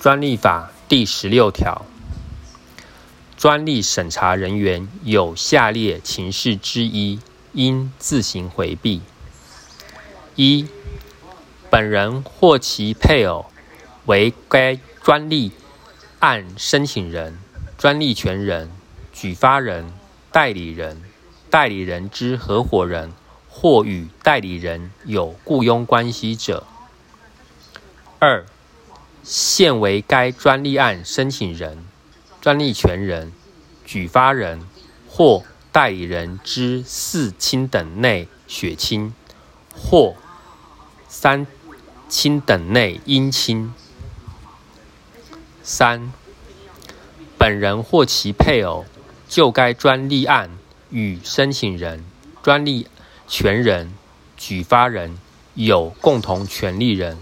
专利法第16条，专利审查人员有下列情事之一，应自行回避：一、本人或其配偶为该专利案申请人、专利权人、举发人、代理人、代理人之合伙人或与代理人有雇佣关系者；二、现为该专利案申请人、专利权人、举发人或代理人之4亲等内血亲，或3亲等内姻亲；三、本人或其配偶就该专利案与申请人、专利权人、举发人有共同权利人、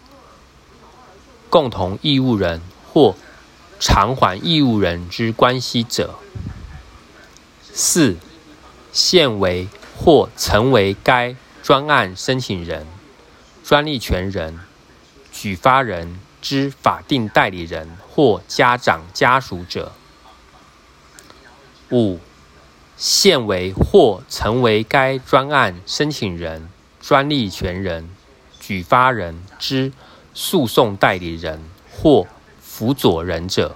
共同义务人或偿还义务人之关系者；四、现为或曾为该专案申请人、专利权人、举发人之法定代理人或家长家属者；五、现为或曾为该专案申请人、专利权人、举发人之诉讼代理人或辅佐人者；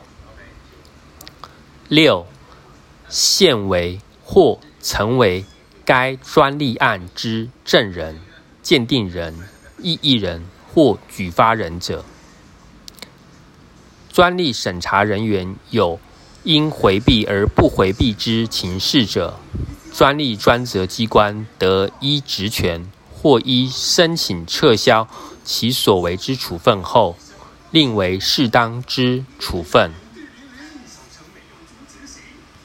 六、现为或曾为该专利案之证人、鉴定人、异议人或举发人者。专利审查人员有应回避而不回避之情事者，专利专责机关得依职权或依申请撤销其所为之处分后，另为适当之处分。